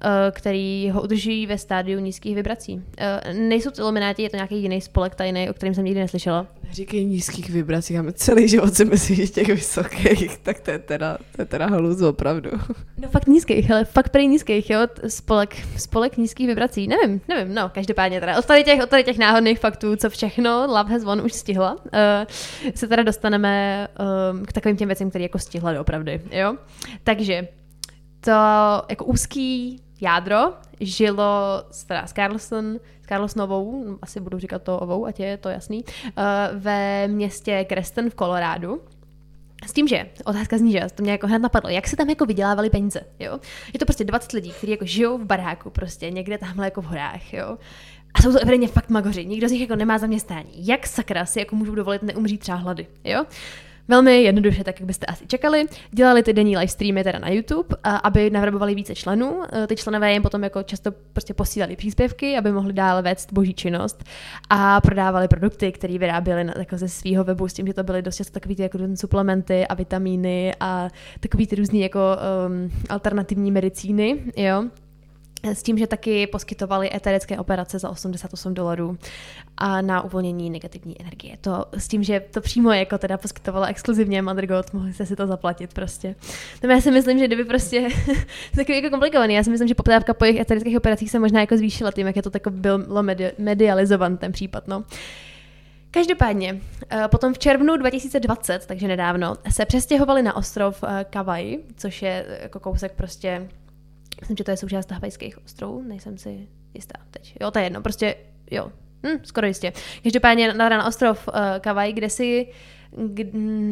který ho udržují ve stádiu nízkých vibrací. Nejsou to Illuminati, je to nějaký jiný spolek tajný, o kterém jsem nikdy neslyšela. Říkej nízkých vibrací, máme celý život si myslí, že těch vysokých, tak to je teda, to je teda haluz opravdu. No fakt nízkých, ale fakt prý nízkých, jo, spolek, spolek nízkých vibrací, nevím, nevím, no, každopádně teda od tady těch, od tady těch náhodných faktů, co všechno Love Has Won už stihla, uh, se teda dostaneme um, k takovým těm věcem, které jako stihla doopravdy, jo. Takže to jako úzký jádro žilo teda s Carlson, s Carlsonovou, asi budu říkat to ovou, ať je to jasný, uh, ve městě Creston v Colorádu. S tím, že otázka zní, že to mě jako hned napadlo, jak se tam jako vydělávali peníze, jo. Je to prostě dvacet lidí, kteří jako žijou v baráku prostě někde tamhle jako v horách, jo. A jsou to evidentně fakt magoři, nikdo z nich jako nemá zaměstnání. Jak sakra si jako můžou dovolit neumřít třeba hlady, jo. Velmi jednoduše, tak jak byste asi čekali, dělali ty denní live streamy teda na YouTube, aby navrbovali více členů. Ty členové jim potom jako často prostě posílali příspěvky, aby mohli dále vést boží činnost a prodávali produkty, které vyráběli jako ze svého webu, s tím, že to byly dost často takový ty jako suplementy a vitamíny a takový ty různý jako um, alternativní medicíny, jo. S tím, že taky poskytovali eterické operace za osmdesát osm dolarů a na uvolnění negativní energie. To s tím, že to přímo jako teda poskytovala exkluzivně Mother God, mohli jste si to zaplatit prostě. No já si myslím, že kdyby prostě takový jako komplikovaný, já si myslím, že poptávka po jejich eterických operacích se možná jako zvýšila tím, jak je to tak bylo medi- medializovan ten případ, no. Každopádně, potom v červnu dva tisíce dvacet, takže nedávno, se přestěhovali na ostrov Kauai, což je jako kousek prostě. Myslím, že to je součást Havajských ostrovů, nejsem si jistá teď. Jo, to je jedno, prostě jo, hm, skoro jistě. Každopádně na, na ostrov uh, Kauai, kde si K,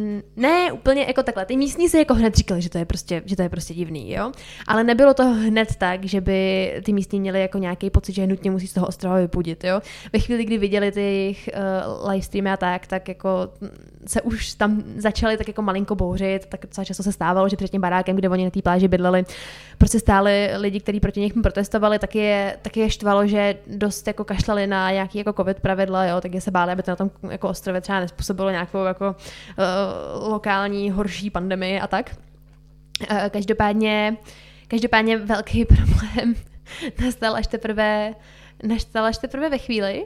ne úplně jako takhle. Ty místní se jako hned říkali, že to je prostě, že to je prostě divný, jo. Ale nebylo to hned tak, že by ty místní měli jako nějaký pocit, že nutně musí z toho ostrova vypudit, jo. Ve chvíli, kdy viděli ty jejich uh, live streamy a tak, tak jako se už tam začali tak jako malinko bouřit, tak docela často se stávalo, že před tím barákem, kde oni na té pláži bydleli, prostě stáli lidi, kteří proti nich protestovali, taky je, taky je štvalo, že dost jako kašlali na nějaký jako covid pravidla, jo, takže se báli, aby to na tom jako ostrově třeba nespůsobilo nějakou jako uh, lokální horší pandemii a tak. Uh, každopádně, každopádně velký problém nastal až teprve, nastal až teprve ve chvíli,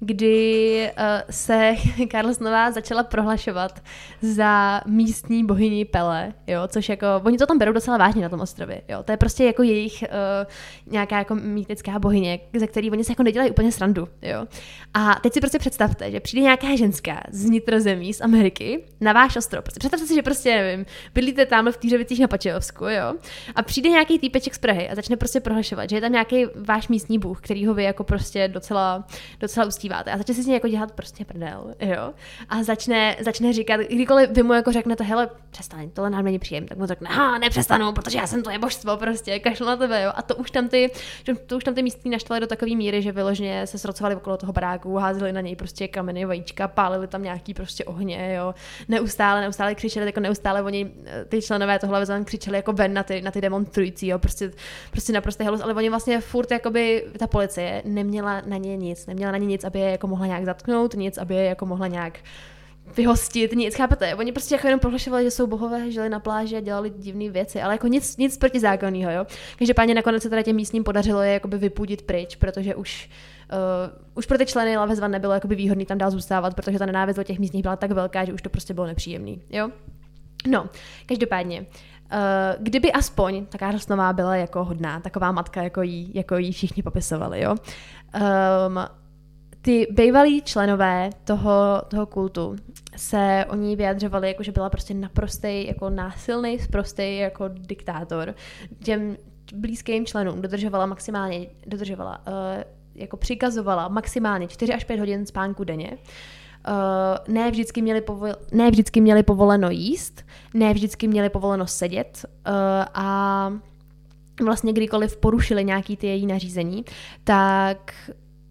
kdy uh, se Carlsonová začala prohlašovat za místní bohyni Pele, jo, což jako, oni to tam berou docela vážně na tom ostrově, jo, to je prostě jako jejich uh, nějaká jako mýtická bohyně, ze který oni se jako nedělají úplně srandu, jo. A teď si prostě představte, že přijde nějaká ženská z vnitrozemí, z Ameriky, na váš ostrov, prostě představte si, že prostě, nevím, bydlíte tamhle v Týřovicích na Pačehovsku, jo, a přijde nějaký týpeček z Prahy a začne prostě prohlašovat, že je tam nějaký váš místní bůh, kterýho vy jako prostě docela, docela ustíváte. A začne si z něj jako dělat prostě prdel, jo. A začne, začne říkat, kdykoliv vy mu jako řeknete, hele, přestaň, tohle nám není příjem, tak mu řekne, ha, nepřestanu, protože já jsem to je božstvo, prostě, kašlu na tebe, jo. A to už tam ty, to už tam ty místní naštvali do takové míry, že vyloženě se srocovali okolo toho baráku, házeli na něj prostě kameny, vajíčka, pálili tam nějaký prostě ohně, jo. Neustále, neustále křičeli, jako neustále oni, ty členové tohle vezan křičeli jako ven na ty, na ty demonstrující, jo, prostě, prostě naprosto halus, ale oni vlastně furt jakoby ta policie neměla na ně nic, neměla na ně nic, aby je jako mohla nějak zatknout, nic, aby je jako mohla nějak vyhostit, nic, chápete? Oni prostě jako jenom prohlašovali, že jsou bohové, žili na pláži a dělali divné věci, ale jako nic, nic protizákonného, jo. Každopádně nakonec se teda těm místním podařilo je jakoby vypudit pryč, protože už uh, už pro ty členy Love Has Won nebylo jakoby výhodný tam dál zůstávat, protože ta nenávist od těch místních byla tak velká, že už to prostě bylo nepříjemný, jo. No, každopádně. Uh, kdyby aspoň ta Carlsonová byla jako hodná, taková matka, jako jí, jako jí všichni popisovali, jo. Um, Ty bývalí členové toho, toho kultu se o ní vyjadřovali, jako že byla prostě naprostej, jako násilný, sprostej, jako diktátor. Těm blízkým členům dodržovala maximálně, dodržovala, uh, jako přikazovala maximálně čtyři až pět hodin spánku denně. Uh, ne, vždycky měli povol, ne vždycky měli povoleno jíst, ne vždycky měli povoleno sedět uh, a vlastně kdykoliv porušili nějaký ty její nařízení, tak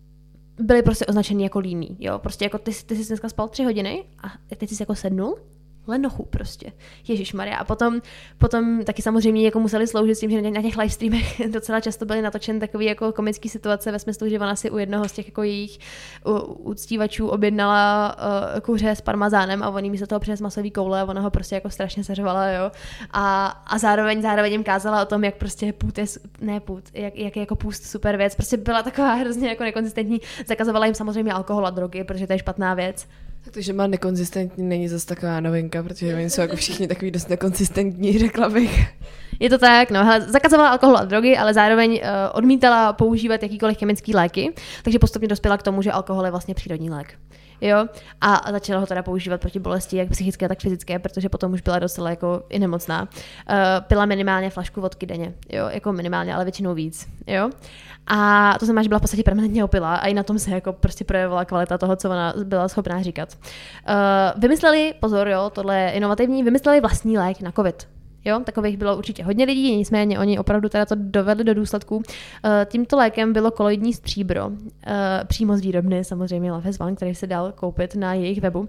byli prostě označený jako líný, jo, prostě jako ty, ty jsi dneska spal tři hodiny a teď jsi jako sednul, Lenochu prostě. Ježišmarja. A potom, potom taky samozřejmě jako museli sloužit s tím, že na těch livestreamech docela často byly natočen takový jako komický situace ve smyslu, že ona si u jednoho z těch jako jejich uctívačů objednala uh, kuře s parmazánem a on jí místo toho přines masový koule a ona ho prostě jako strašně seřvala, jo. A, a zároveň, zároveň jim kázala o tom, jak prostě půd je, ne půd, jak, jak je jako půst super věc. Prostě byla taková hrozně jako nekonzistentní. Zakazovala jim samozřejmě alkohol a drogy, protože to je špatná věc. Takže má nekonzistentní není zase taková novinka, protože oni jsou jako všichni takový dost nekonzistentní, řekla bych. Je to tak, no, hele, zakazovala alkohol a drogy, ale zároveň uh, odmítala používat jakýkoliv chemický léky, takže postupně dospěla k tomu, že alkohol je vlastně přírodní lék. Jo, a začala ho teda používat proti bolesti, jak psychické, tak fyzické, protože potom už byla docela jako i nemocná. Uh, pila minimálně flašku vodky denně, jo, jako minimálně, ale většinou víc, jo. A to znamená, že byla v podstatě permanentně opilá a i na tom se jako prostě projevovala kvalita toho, co ona byla schopná říkat. Uh, vymysleli, pozor, jo, tohle je inovativní, vymysleli vlastní lék na covid. Jo, takových bylo určitě hodně lidí, nicméně oni opravdu teda to dovedli do důsledků. Tímto lékem bylo koloidní stříbro, přímo z výrobny, samozřejmě Life has One, který se dal koupit na jejich webu.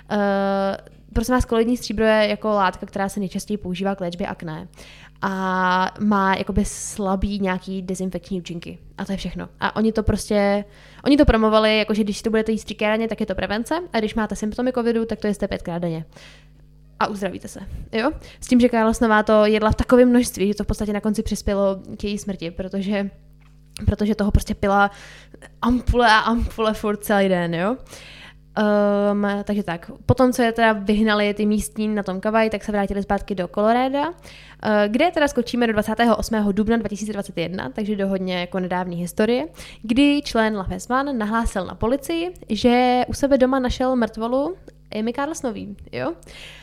Prosím vás, koloidní stříbro je jako látka, která se nejčastěji používá k léčbě akné a má jakoby slabý nějaký dezinfekční účinky. A to je všechno. A oni to prostě, oni to promovali, jakože když si to budete jíst třikrát denně, tak je to prevence, a když máte symptomy covidu, tak to jeste pětkrát denně. A uzdravíte se, jo? S tím, že Carlsonová to jedla v takovém množství, že to v podstatě na konci přispělo k její smrti, protože, protože toho prostě pila ampule a ampule furt celý den, jo? Um, takže tak. Potom, co je teda vyhnali ty místní na tom Kavaj, tak se vrátili zpátky do Colorada, uh, kde teda skočíme do dvacátého osmého dubna dva tisíce dvacet jedna, takže do hodně jako nedávné historie, kdy člen Life has One nahlásil na policii, že u sebe doma našel mrtvolu Amy Carlsonový, jo?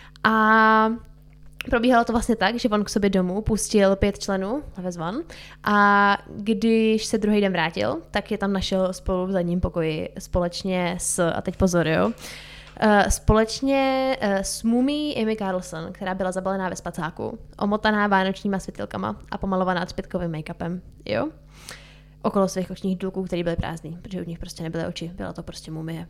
A probíhalo to vlastně tak, že on k sobě domů pustil pět členů Life has One a když se druhý den vrátil, tak je tam našel spolu v zadním pokoji společně s, a teď pozor, jo, společně s mumí Amy Carlson, která byla zabalená ve spacáku, omotaná vánočníma světilkama a pomalovaná třpětkovým make-upem, jo, okolo svých očních důlků, které byly prázdný, protože u nich prostě nebyly oči, byla to prostě mumie.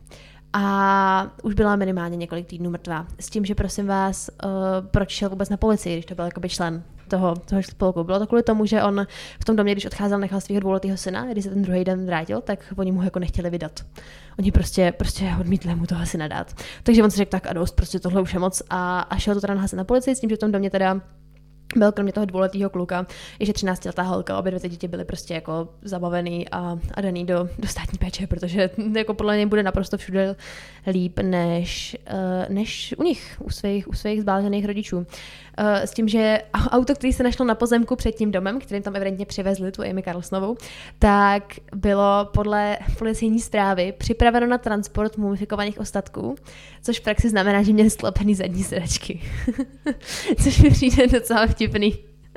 A už byla minimálně několik týdnů mrtvá. S tím, že prosím vás, uh, proč šel vůbec na policii, když to byl jakoby člen toho, toho spolku. Bylo to kvůli tomu, že on v tom domě, když odcházel, nechal svého dvouletého syna, když se ten druhý den vrátil, tak oni mu jako nechtěli vydat. Oni prostě, prostě odmítli mu toho syna dát. Takže on si řekl tak a dost, prostě tohle už je moc a, a šel to teda nahlásit na policii s tím, že v tom domě teda byl kromě toho dvouletého kluka, ještě třináctiletá holka, obě dvě ty děti byly prostě jako zabavený a, a daný do, do státní péče, protože jako podle něj bude naprosto všude líp než, uh, než u nich, u svých, u svých zblážených rodičů. Uh, s tím, že auto, který se našlo na pozemku před tím domem, kterým tam evidentně přivezli tu Amy Carlsonovou, tak bylo podle policejní zprávy připraveno na transport mumifikovaných ostatků, což v praxi znamená, že měli sklopený zadní sedačky. Což mi přijde docela vtipný.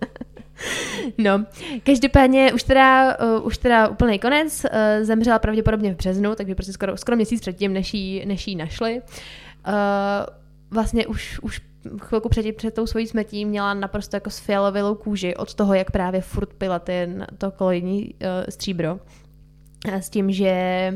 No, každopádně už teda, uh, už teda úplný konec, uh, zemřela pravděpodobně v březnu, takže prostě skoro, skoro měsíc předtím, než jí, než jí našli. Uh, vlastně už, už chvilku před, před tou svojí smrtí měla naprosto jako sfialovilou kůži od toho, jak právě furt pila ten, to koloidní uh, stříbro. S tím, že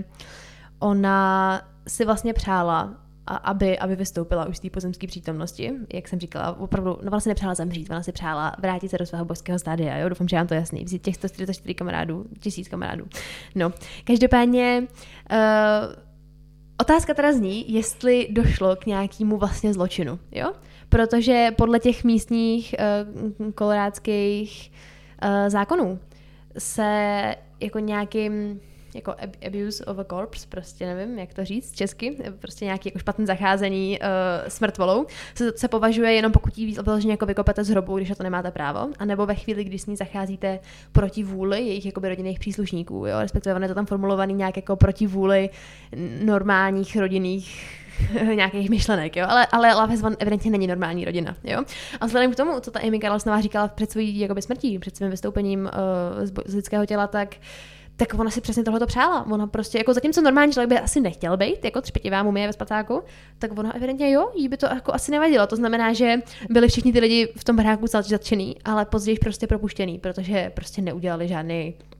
ona si vlastně přála, a aby, aby vystoupila už z té pozemské přítomnosti, jak jsem říkala, opravdu, no ona si nepřála zemřít, ona si přála vrátit se do svého božského stádia, jo, doufám, že vám to jasný, vzít těch sto čtyřicet čtyři kamarádů, tisíc kamarádů. No, každopádně uh, otázka teda zní, jestli došlo k nějakému vlastně zločinu, jo, protože podle těch místních uh, kolorádských uh, zákonů se jako nějakým jako abuse of a corpse, prostě nevím, jak to říct česky, prostě nějaký jako špatné zacházení uh, s mrtvolou, se, se považuje jenom pokud ji vyloženě jako vykopete z hrobu, když na to nemáte právo, anebo ve chvíli, kdy s ní zacházíte proti vůli jejich jakoby rodinných příslušníků, jo, respektive je to tam formulovaný nějak jako proti vůli normálních rodinných nějakých myšlenek, jo, ale, ale Life has One evidentně není normální rodina, jo. A vzhledem k tomu, co ta Amy Carlsonová říkala před svojí jakoby smrtí, před svým vystoupením uh, z, z lidského těla, tak tak ona si přesně tohleto přála. Ona prostě, jako zatímco normální člověk by asi nechtěl být, jako třpitivá mumie ve spacáku, tak ona evidentně jo, jí by to jako asi nevadilo. To znamená, že byli všichni ty lidi v tom baráku zatčený, ale později prostě propuštěný, protože prostě neudělali žádný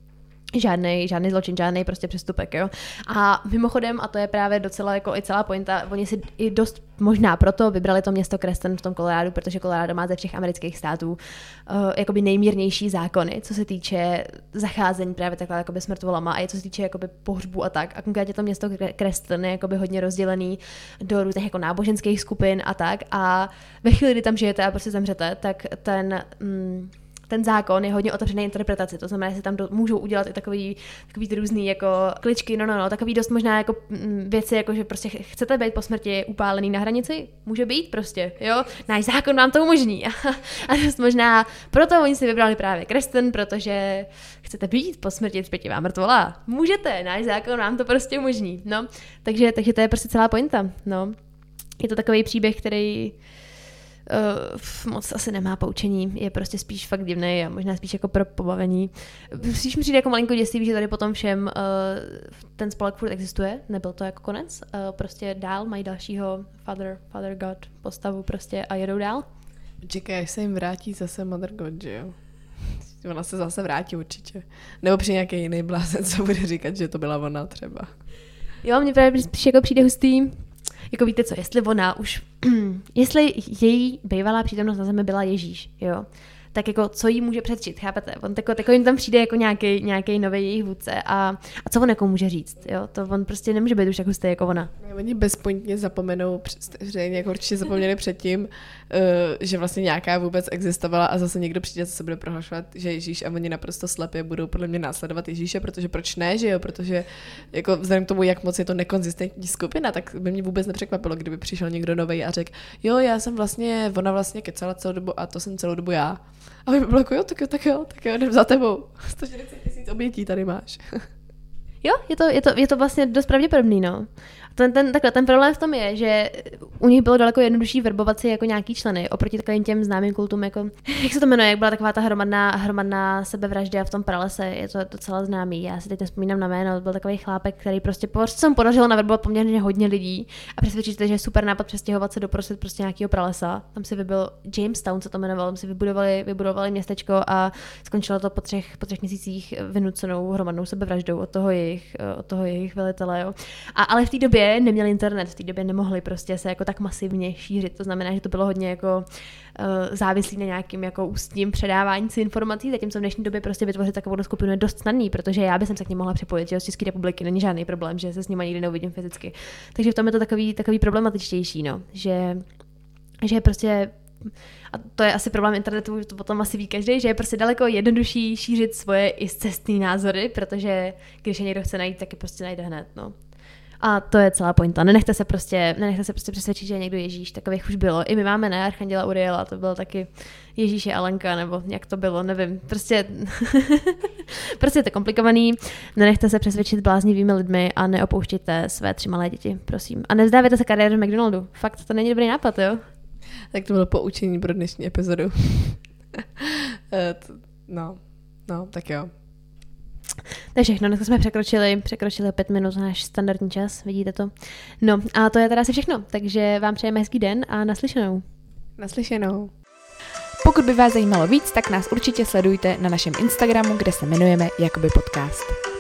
Žádný, žádný zločin, žádný prostě přestupek, jo. A mimochodem, a to je právě docela jako i celá pointa, oni si i dost možná proto vybrali to město Creston v tom Kolorádu, protože Colorado má ze všech amerických států uh, jakoby nejmírnější zákony, co se týče zacházení právě takhle jakoby s mrtvolama a i co se týče jakoby pohřbu a tak. A konkrétně to město Creston je jakoby hodně rozdělený do různých jako náboženských skupin a tak. A ve chvíli, kdy tam žijete a prostě zemřete, tak ten... Mm, ten zákon je hodně otevřený interpretaci, to znamená, že si tam do, můžou udělat i takový, takový ty různý jako kličky, no, no, no, takový dost možná jako věci, jako že prostě chcete být po smrti upálený na hranici? Může být prostě, jo? Náš zákon vám to umožní. A dost možná, proto oni si vybrali právě Creston, protože chcete být po smrti třpětivá mrtvola. Můžete, náš zákon vám to prostě umožní, no. Takže, takže to je prostě celá pointa, no. Je to takový příběh, který Uh, moc asi nemá poučení, je prostě spíš fakt divný a možná spíš jako pro pobavení. Spíš mi přijde jako malinko děsivý, že tady potom všem uh, ten spolek furt existuje, nebyl to jako konec, uh, prostě dál mají dalšího Father, Father God postavu prostě a jedou dál. Čekaj, až se jim vrátí zase Mother God, že jo? Ona se zase vrátí určitě. Nebo při nějaký jiný blázen, co bude říkat, že to byla ona třeba. Jo, mně právě spíš jako přijde hustý, jako víte co, jestli ona už, jestli její bývalá přítomnost na zemi byla Ježíš, jo, tak jako co jí může předčit, chápete? On tako, tako jim tam přijde jako nějaký, nějaký nový jejich vůdce a, a co on jako může říct, jo? To on prostě nemůže být už tak hustý jako ona. Oni bezpointně zapomenou, zřejmě jako určitě zapomněli předtím, uh, že vlastně nějaká vůbec existovala a zase někdo přijde, co se bude prohlašovat, že Ježíš a oni naprosto slepě budou podle mě následovat Ježíše, protože proč ne, že jo? Protože jako vzhledem k tomu, jak moc je to nekonzistentní skupina, tak by mě vůbec nepřekvapilo, kdyby přišel někdo nový a řekl, jo, já jsem vlastně, ona vlastně kecala celou dobu a to jsem celou dobu já. A by bylo jako, jo, tak jo, tak jo, tak jo, jdem za tebou. sto čtyřicet tisíc obětí tady máš. Jo, je to, je to, je to vlastně dost pravděpodobný, no. Ten, ten, takhle, ten problém v tom je, že u nich bylo daleko jednodušší verbovat si jako nějaký členy oproti takovým těm známým kultům, jako, jak se to jmenuje, jak byla taková ta hromadná, hromadná sebevražda v tom pralese, je to docela známý. Já si teď nespomínám na jméno, byl takový chlápek, který prostě, prostě se mu podařilo naverbovat poměrně hodně lidí a přesvědčit, že je super nápad přestěhovat se doprostřed prostě nějakého pralesa. Tam si vybil Jamestown, se to jmenovalo, tam si vybudovali, vybudovali městečko a skončilo to po třech, po třech měsících vynucenou hromadnou sebevraždou od toho jejich, od toho jejich velitele, jo. A ale v té době neměli internet, v té době nemohli prostě se jako tak masivně šířit, to znamená, že to bylo hodně jako uh, závislý na nějakým jako ústním předávání si informací, zatímco v dnešní době prostě vytvořit takovou skupinu je dost snadný, protože já bych se k ním mohla připojit, že z České republiky není žádný problém, že se s nimi nikdy neuvidím fyzicky. Takže v tom je to takový, takový problematičtější, no, že, že prostě a to je asi problém internetu, to potom asi ví každý, že je prostě daleko jednodušší šířit svoje i scestný názory, protože když je někdo chce najít, tak je prostě najde hned, no. A to je celá pointa. Nenechte se prostě, nenechte se prostě přesvědčit, že je někdo Ježíš, takových už bylo. I my máme, ne, Archanděla Uriela, to bylo taky Ježíše Alenka, nebo jak to bylo, nevím. Prostě, prostě je to komplikovaný. Nenechte se přesvědčit bláznivými lidmi a neopouštějte své tři malé děti, prosím. A nevzdávejte se kariéru v McDonaldu. Fakt, to není dobrý nápad, jo? Tak to bylo poučení pro dnešní epizodu. no, no, tak jo. To je všechno, dneska jsme překročili, překročili pět minut náš standardní čas, vidíte to. No a to je teda asi všechno, takže vám přejeme hezký den a naslyšenou. Naslyšenou. Pokud by vás zajímalo víc, tak nás určitě sledujte na našem Instagramu, kde se jmenujeme Jakoby podcast.